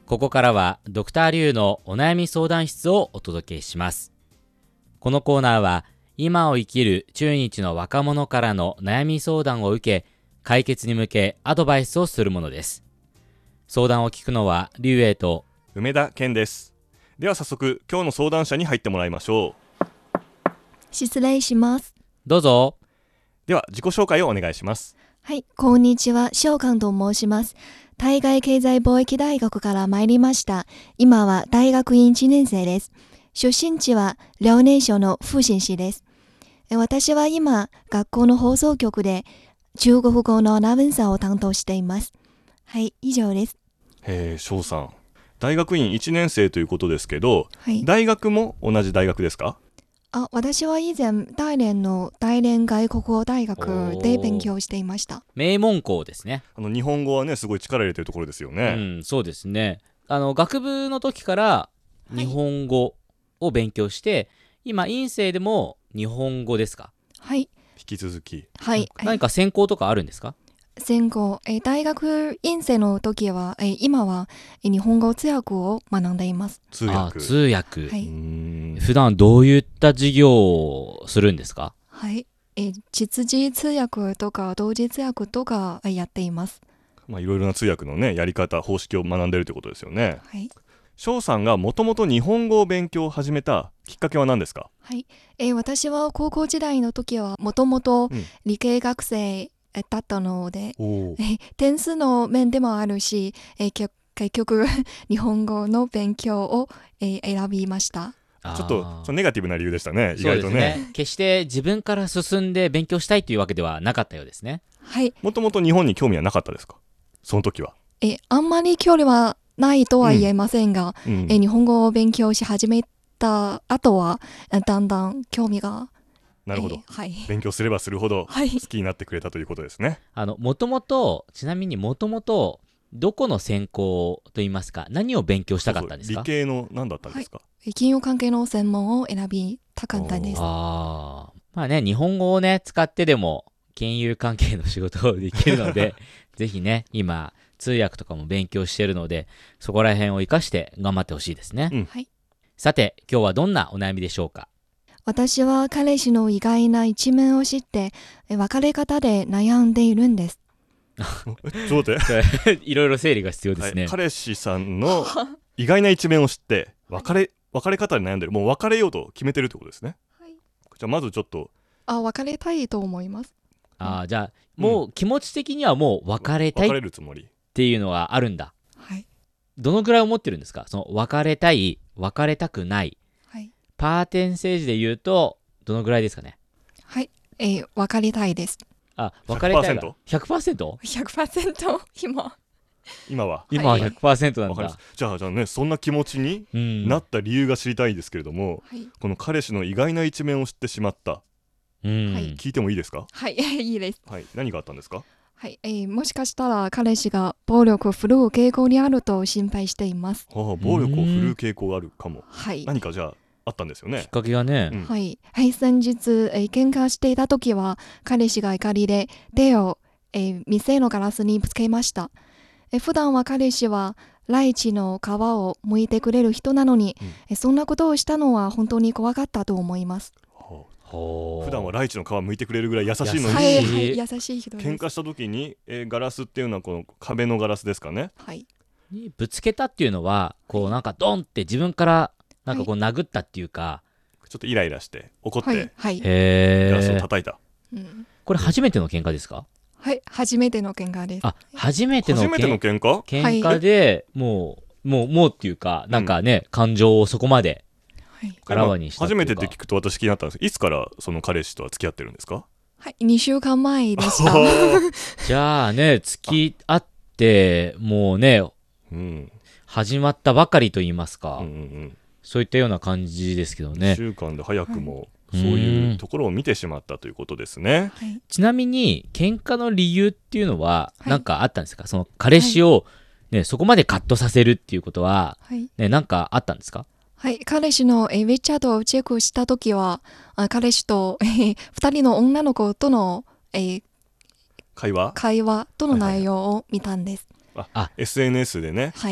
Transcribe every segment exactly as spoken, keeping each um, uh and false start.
ここからはドクターリュウのお悩み相談室をお届けします。このコーナーは今を生きる中日の若者からの悩み相談を受け、解決に向けアドバイスをするものです。相談を聞くのはリュウエイと梅田健です。では早速今日の相談者に入ってもらいましょう。 失礼します。 どうぞ。 では自己紹介をお願いします。 はい、こんにちは、翔寛と申します。対外経済貿易大学から参りました。今は大学院いちねん生です。出身地は遼寧省の阜新市です。私は今、学校の放送局で中国語のアナウンサーを担当しています。はい、以上です。 へえ、翔さん。大学院いちねん生ということですけど、 はい、 大学も同じ大学ですか？ あ、私は以前、大連の大連外国語大学で勉強していました。 名門校ですね。 あの日本語はね、すごい力入れてるところですよね。 うん、そうですね。あの学部の時から日本語を勉強して、はい、今院生でも日本語ですか？ はい。 引き続き。 はい。 何か専攻とかあるんですか？ 専攻、え大学院生の時は、え今はえ日本語通訳を学んでいます。 通訳。 あ、通訳。 はい。 うーん。 普段どういった授業をするんですか？ はい。え実時通訳とか同時通訳とかやっています。 まあいろいろな通訳のねやり方方式を学んでいるということですよね。 はい。 翔さんがもともと日本語を勉強を始めたきっかけは何ですか？ はい。え私は高校時代の時はもともと理系学生だったので、 うん、 え点数の面でもあるし、え結局日本語の勉強を、え選びました。 ちょっとそのネガティブな理由でしたね。意外と ね, ね決して自分から進んで勉強したいというわけではなかったようですね。 はい。 もともと日本に興味はなかったですか？その時は。 えあんまり距離はないとは言えませんが、うんうん、え日本語を勉強し始めた後はだんだん興味がなるほど、 えーはい、 勉強すればするほど好きになってくれたということですね。 あのもともとちなみにもともとどこの専攻といいますか何を勉強したかったんですか？ そうそう理系の何だったんですか？ はい、金融関係の専門を選びたかったです。 あまあね日本語をね使ってでも金融関係の仕事をできるのでぜひね今通訳とかも勉強しているのでそこら辺を生かして頑張ってほしいですね、 うんはい、 さて今日はどんなお悩みでしょうか？ 私は彼氏の意外な一面を知って別れ方で悩んでいるんです。 ちょっと待っていろいろ整理が必要ですね、 はい、彼氏さんの意外な一面を知って別れ、別れ方で悩んでる。もう別れようと決めてるってことですね、はい、じゃあまずちょっとあ別れたいと思います。 あ、うん、じゃあもう気持ち的にはもう別れたい、 別れるつもりっていうのはあるんだ。 はい。 どのくらい思ってるんですか？その別れたい、別れたくない、はい、パーテンセージで言うとどのくらいですかね？ はい、えー、別れたいです。 あ、別れたいが ひゃくパーセント？ ひゃくパーセント 今今は今は ひゃくパーセント なんだ、はい、 じゃあじゃあねそんな気持ちになった理由が知りたいんですけれども、うん、この彼氏の意外な一面を知ってしまった、 うん、 聞いてもいいですか？ はいいいです、 はい、何があったんですか？ はい、えー、もしかしたら彼氏が暴力を振るう傾向にあると心配しています。 はあ、暴力を振るう傾向があるかも。 はい、 何かじゃああったんですよね。 きっかけがね、 うん、はい、はい、先日、えー、喧嘩していた時は彼氏が怒りで手を、えー、店のガラスにぶつけました。えー、普段は彼氏はライチの皮を剥いてくれる人なのに、うんえー、そんなことをしたのは本当に怖かったと思います。 はあ、普段はライチの皮剥いてくれるぐらい優しいのに、 はいはい、優しい人です。 喧嘩した時に、えー、ガラスっていうのはこの壁のガラスですかね、 はい、 にぶつけたっていうのはこうなんかドンって自分からなんかこう殴ったっていうか、はい、 ちょっとイライラして怒って、 はいはい、 へガラスを叩いた、 うん、 これ初めての喧嘩ですか？ はい、初めての喧嘩です。 あ、初めての初めての喧嘩？ 喧嘩で、はい、もうもうもうっていうかなんかね、うん、感情をそこまであらわにしたっていうか。 初めてって聞くと私気になったんです。いつからその彼氏とは付き合ってるんですか？ はい、にしゅうかんまえでしたじゃあね付き合ってもうね、うん、始まったばかりと言いますか、うんうんうん、そういったような感じですけどね。 いっしゅうかんで早くも、はい、そういうところを見てしまったということですね、 はい、 ちなみに喧嘩の理由っていうのは何かあったんですか？はい、その彼氏を、ね、そこまでカッとさせるっていうことは、はいね、何かあったんですか？ はい、彼氏のえウェチャートをチェックしたときはあ彼氏と、えー、ふたりの女の子との、えー、 会話会話との内容を見たんです。 はいはい、ああ エスエヌエス でね、 はい、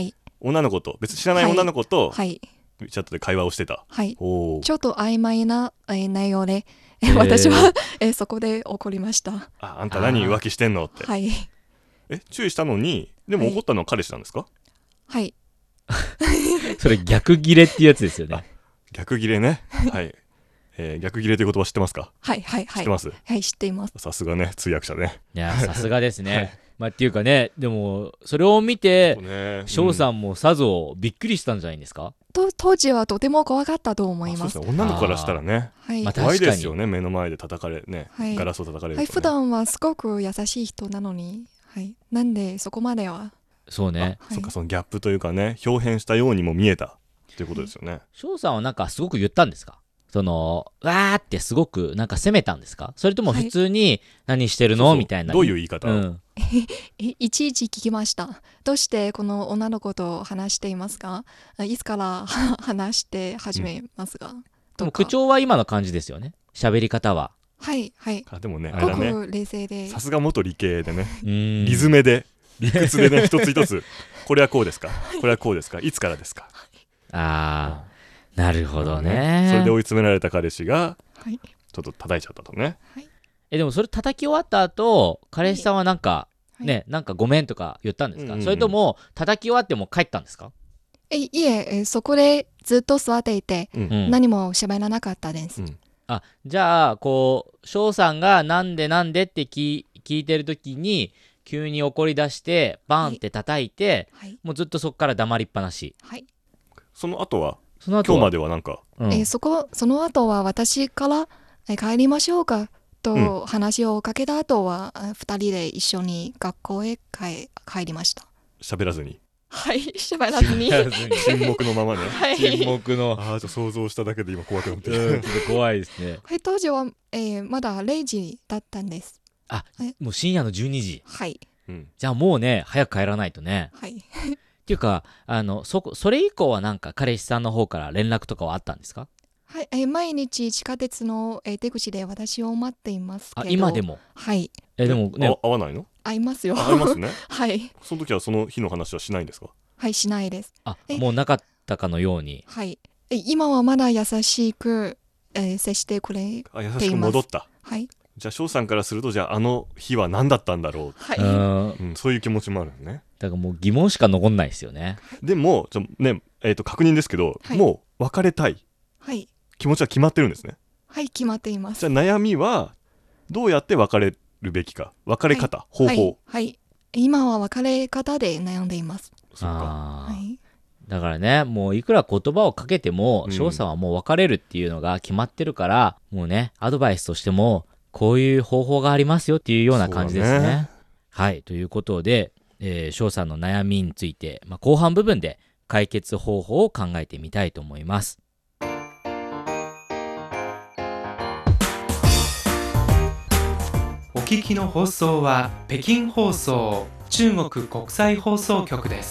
女の子と別に知らない女の子と、 はい。 チャットで会話をしてた。 はい。 おちょっと曖昧な、えー内容で、えへー私は、えーそこで怒りました。 あ、あんた何浮気してんのって。 はい。 え、注意したのに、でもはい怒ったのは彼氏なんですか？ はい。 それ逆ギレっていうやつですよね。 逆ギレね。はい。えー逆ギレという言葉知ってますか？ はい。はい。はい。 知ってます？ はい、知っています。 さすがね、通訳者ね。 いやさすがですね、 はいまあっていうかね、でもそれを見てそうね翔さんもさぞびっくりしたんじゃないんですか？ と当時はとても怖かったと思います。 あそうですね、女の子からしたらね、 はい。 まあ怖いですよね、目の前で叩かれね、 はいガラスを叩かれると、 はい、 ね。 普段はすごく優しい人なのに、はい。なんでそこまでは、 そうね。 はいそっか、そのギャップというかね、表変したようにも見えたということですよね。 翔さんはなんかすごく言ったんですか？そのわーってすごくなんか責めたんですか？それとも普通に何してるの、 そうそうみたいな。 どういう言い方、 うん、 いいちいち聞きました。どうしてこの女の子と話していますか？あいつから話して始めますか？ でとかも口調は今の感じですよね、喋り方は。 はい、はい。 あでもね、ああれだね、 ごく冷静で。 さすが元理系でね、 うんリズムで、理屈でね、一つ一つ、これはこうですか、これはこうですか、いつからですか。 あーなるほどそね。 れで追い詰められた彼氏が、 はい。 ちょっと叩いちゃったとね。 えでもそれ叩き終わった後彼氏さんはなんか、 はいねなんかごめんとか言ったんですか、 うんうんうんそれとも叩き終わっても帰ったんですか？ えいええ、そこでずっと座っていて、 うんうん何も喋らなかったです。 うんあじゃあこう翔さんがなんでなんでって聞聞いてる時に急に怒り出してバーンって叩いて、 はい。 もうずっとそこから黙りっぱなし。 はい。 その後は、 その後は今日まではなんか、 うんえそこ、その後は私からえ帰りましょうかと話をかけた後は、あ二人で一緒に学校へ帰帰りました。 喋らずに、 はい、喋らずに。 沈黙のままね。 はい。 沈黙のああ、ちょっと想像しただけで今怖くなってうんる。 ちょっと怖いですね。 はい、当時は、えーまだれいじだったんです。 あえもう深夜のじゅうにじ。 はい。 うんじゃあもうね早く帰らないとね。 はい。 っていうかあのそこそれ以降はなんか彼氏さんの方から連絡とかはあったんですか？ はい、えー毎日地下鉄の、えー出口で私を待っていますけあど。 今でもはい。 えでもねあ合わないの？ 会いますよ。 あ合いますね。 はい。 その時はその日の話はしないんですか？ はい、しないです。 あえもうなかったかのように。 はい。え今はまだ優しく、えー接してくれ。 あ優しく戻った。 はい。 じゃあ翔さんからすると、じゃああの日は何だったんだろはい。 うんう、うん、そういう気持ちもあるよね。 だからもう疑問しか残んないですよね。 でもちょ、ねえー、と確認ですけど、 はいもう別れたいはい。 気持ちは決まってるんですね。 はい、決まっています。 じゃあ悩みはどうやって別れるべきか、別れ方、方法、 はい。はい。今は別れ方で悩んでいます。 そうか。 あーはい。 だからねもういくら言葉をかけてもうん翔さんはもう別れるっていうのが決まってるから、もうねアドバイスとしてもこういう方法がありますよっていうような感じですね。 そうだねはいということでえー翔さんの悩みについて、まあ、後半部分で解決方法を考えてみたいと思います。 お聞きの放送は北京放送中国国際放送局です。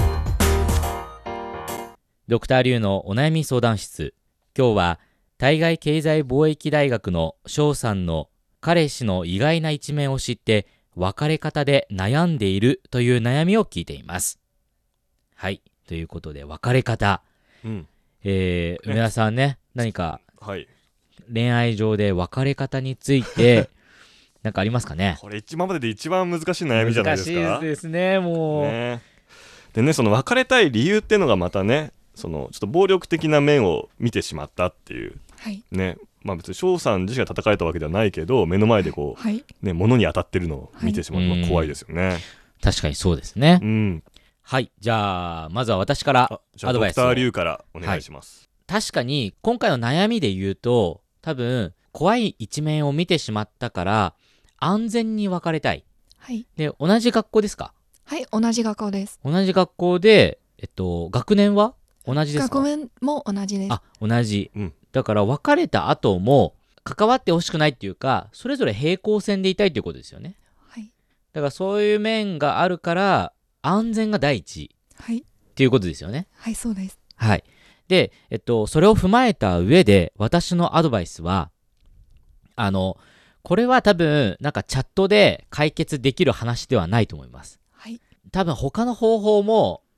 ドクターリュウのお悩み相談室。今日は対外経済貿易大学の翔さんの彼氏の意外な一面を知って別れ方で悩んでいるという悩みを聞いています。はいということで別れ方、 うんえー、 ね梅田さんね何かはい、 恋愛上で別れ方について何かありますかね？ これ今までで一番難しい悩みじゃないですか。 難しいですねもう、 ね、でね、その別れたい理由っていうのがまたね、そのちょっと暴力的な面を見てしまったっていうはい。 ね、まあ別に翔さん自身が叩かれたわけではないけど、目の前でこう、 はい。 ね、物に当たってるのを見てしまうのはいは怖いですよね。 確かにそうですね。 うん。 はいじゃあまずは私からあ、じゃあアドバイスをドクターリュウからお願いします。 確かに今回の悩みで言うと多分怖い一面を見てしまったから安全に別れたい。 はい。 で同じ学校ですか？ はい、同じ学校です。 同じ学校でえっと学年は同じですか？ 学年も同じです。 あ同じ、 うんだから別れた後も関わってほしくないっていうかそれぞれ平行線でいたいということですよね。 はい。 だからそういう面があるから安全が第一はい。 っていうことですよね。 はい、そうです。 はい。で、えっと、それを踏まえた上で、私のアドバイスは、あの、これは多分、なんかチャットで解決できる話ではないと思います。 はい。 多分、他の方法も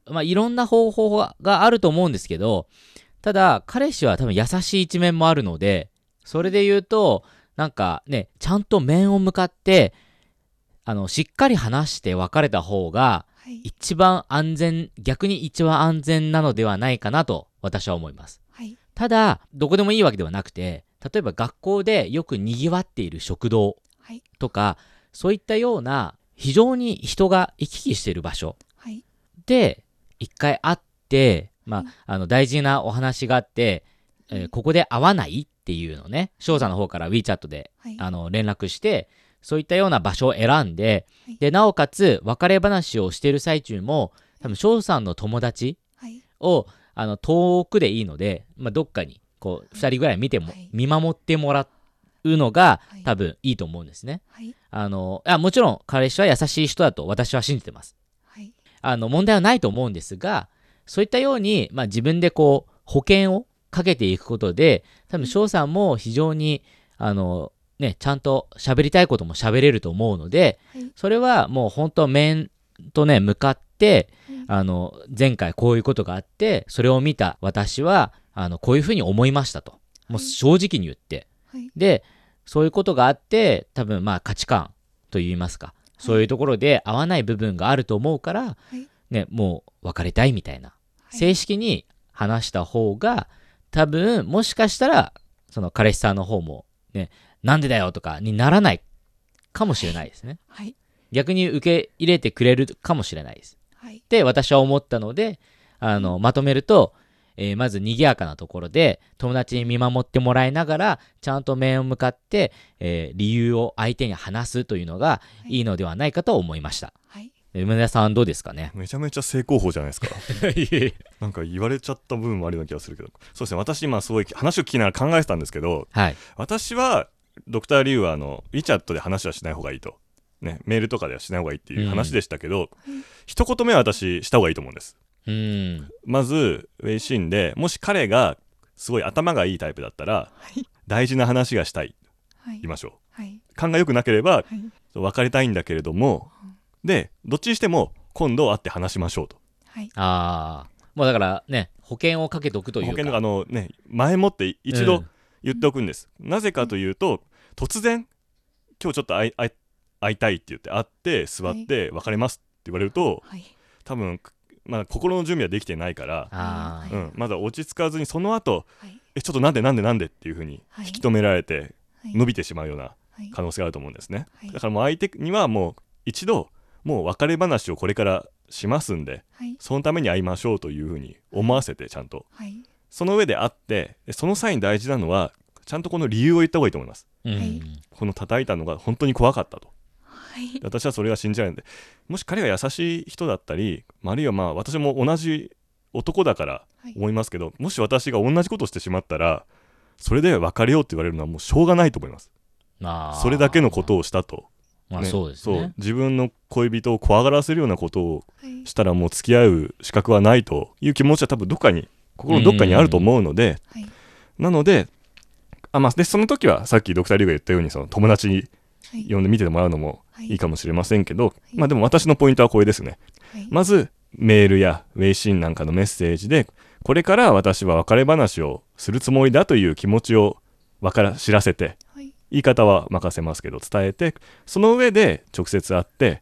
まあいろんな方法があると思うんですけど、ただ彼氏は多分優しい一面もあるので、それで言うとなんかね、ちゃんと面を向かってあのしっかり話して別れた方が一番安全、逆に一番安全なのではないかなと私は思います。 はい、 ただどこでもいいわけではなくて、例えば学校でよくにぎわっている食堂とか、はい、そういったような非常に人が行き来している場所で一回会って、まあ、はい、あの大事なお話があって、はい、えー、ここで会わないっていうのね、翔さんの方から WeChat で、はい、あの連絡して、そういったような場所を選んで、はい、でなおかつ別れ話をしている最中も多分翔さんの友達を、はい、あの遠くでいいので、まあ、どっかにこうふたりぐらい見ても、はい、見守ってもらうのが多分いいと思うんですね、はい、あのあもちろん彼氏は優しい人だと私は信じてます、はい、あの問題はないと思うんですが、そういったように、まあ、自分でこう保険をかけていくことで多分翔さんも非常にあのね、ちゃんと喋りたいことも喋れると思うので、はい、それはもう本当面とね向かって、はい、あの前回こういうことがあってそれを見た私はあのこういうふうに思いましたと、はい、もう正直に言って、はい、でそういうことがあって多分まあ価値観といいますか、はい、そういうところで合わない部分があると思うから、はい、ね、もう別れたいみたいな、はい、正式に話した方が多分もしかしたらその彼氏さんの方もねなんでだよとかにならないかもしれないですね、はい、逆に受け入れてくれるかもしれないです、はい、って私は思ったので、あのまとめると、えー、まず賑やかなところで友達に見守ってもらいながらちゃんと面を向かって、えー、理由を相手に話すというのがいいのではないかと思いました、はい、梅田さんどうですかね。 めちゃめちゃ正攻法じゃないですかなんか言われちゃった部分もあるような気がするけど、そうですね、私今すごい話を聞きながら考えてたんですけど、はい、私はドクターリュウはあの WeChat で話はしない方がいいと、ね、メールとかではしない方がいいっていう話でしたけど、うん、一言目は私した方がいいと思うんです、うん、まずウェイシンでもし彼がすごい頭がいいタイプだったら、はい、大事な話がしたい、はい、言いましょう、はい、勘が良くなければ、はい、別れたいんだけれども、うん、でどっちにしても今度会って話しましょうと、はい、ああもうだからね保険をかけておくというか、 保険のあのね前もって一度、うん言っておくんです。なぜかというと、突然今日ちょっと会い、会い、会いたいって言って会って座って別れますって言われると、はい、多分、まあ、心の準備はできてないから、あ、うん、まだ落ち着かずにその後、はい、えちょっとなんでなんでなんでっていう風に引き止められて伸びてしまうような可能性があると思うんですね、はい、だからもう相手にはもう一度もう別れ話をこれからしますんで、はい、そのために会いましょうという風に思わせてちゃんと、はい、その上で会ってその際に大事なのはちゃんとこの理由を言った方がいいと思います、はい、この叩いたのが本当に怖かったと、はい、私はそれが信じられないので、もし彼が優しい人だったり、あるいはまあ私も同じ男だから思いますけど、はい、もし私が同じことをしてしまったらそれで別れようって言われるのはもうしょうがないと思います。あそれだけのことをしたと、 まあそうですね、 そう自分の恋人を怖がらせるようなことをしたらもう付き合う資格はないという気持ちは多分どっかに心のどっかにあると思うので、はい、なのであ、まあ、でその時はさっきドクターリュウが言ったようにその友達に呼んで見てもらうのもいいかもしれませんけど、はい、まあ、でも私のポイントはこれですね、はい、まずメールやウェイシンなんかのメッセージでこれから私は別れ話をするつもりだという気持ちをわから知らせて、はい、言い方は任せますけど伝えて、その上で直接会って、はい、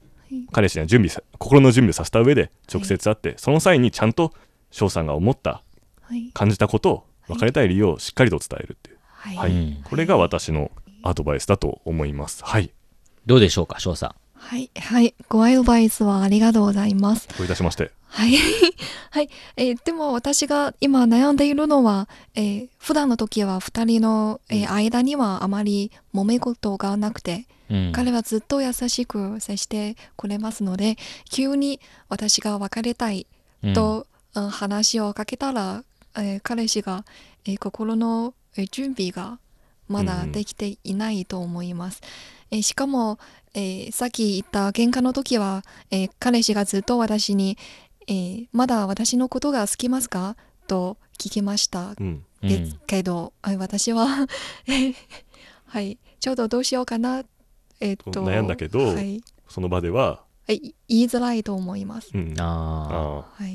彼氏には準備さ心の準備をさせた上で直接会って、はい、その際にちゃんと翔さんが思った、はい、感じたことを別れたい理由をしっかりと伝えるっていう、はいはい、これが私のアドバイスだと思います。はい、 どうでしょうか翔さん。 はいはい、ごアドバイスはありがとうございます。 どういたしまして。 はい、はい、えー、でも私が今悩んでいるのは、えー、普段の時はふたりの、えー、間にはあまり揉め事がなくて、うん、彼はずっと優しく接してくれますので、急に私が別れたいと、うん、話をかけたら、えー、彼氏が、えー、心の準備がまだできていないと思います、うん、えー、しかも、えー、さっき言った喧嘩の時は、えー、彼氏がずっと私に、えー、まだ私のことが好きますかと聞きました、うん、ですけど、うん、私ははい、ちょうどどうしようかな、えー、っと悩んだけど、はい、その場では言いづらいと思います、 うん、あ、 はい、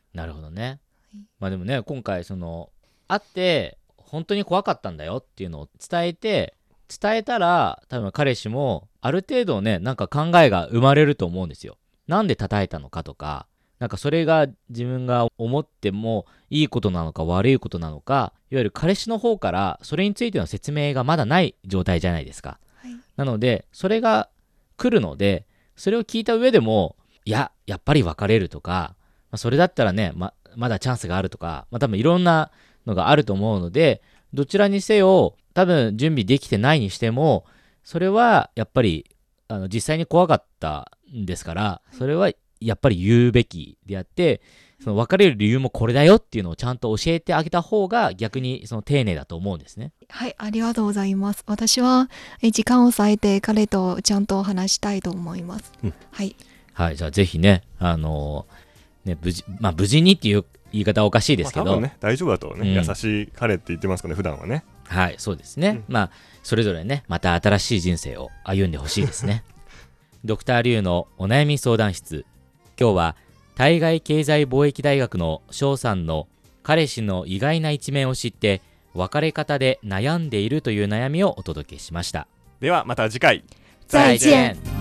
なるほどね、 はい、 まあでもね今回その会って本当に怖かったんだよっていうのを伝えて伝えたら多分彼氏もある程度ねなんか考えが生まれると思うんですよ。なんで叩いたのかとか、なんかそれが自分が思ってもいいことなのか悪いことなのか、いわゆる彼氏の方からそれについての説明がまだない状態じゃないですか、 はい、 なのでそれが来るので、それを聞いた上でもいややっぱり別れるとか、まあ、それだったらね ま, まだチャンスがあるとか、まあ、多分いろんなのがあると思うので、どちらにせよ多分準備できてないにしてもそれはやっぱりあの実際に怖かったんですから、それはやっぱり言うべきであって、その別れる理由もこれだよっていうのをちゃんと教えてあげた方が逆にその丁寧だと思うんですね。 はい、ありがとうございます。私は時間を割いて彼とちゃんと話したいと思います、うん、はい、 はい、じゃあぜひねあのー、ね無事、まあ、無事にっていう言い方はおかしいですけど、まあ、多分ね大丈夫だとね、うん、優しい彼って言ってますかね普段はね。 はいそうですね、うん、まあそれぞれねまた新しい人生を歩んでほしいですねドクターリュウのお悩み相談室、今日は対外経済貿易大学の翔さんの彼氏の意外な一面を知って別れ方で悩んでいるという悩みをお届けしました。 ではまた次回、 再见。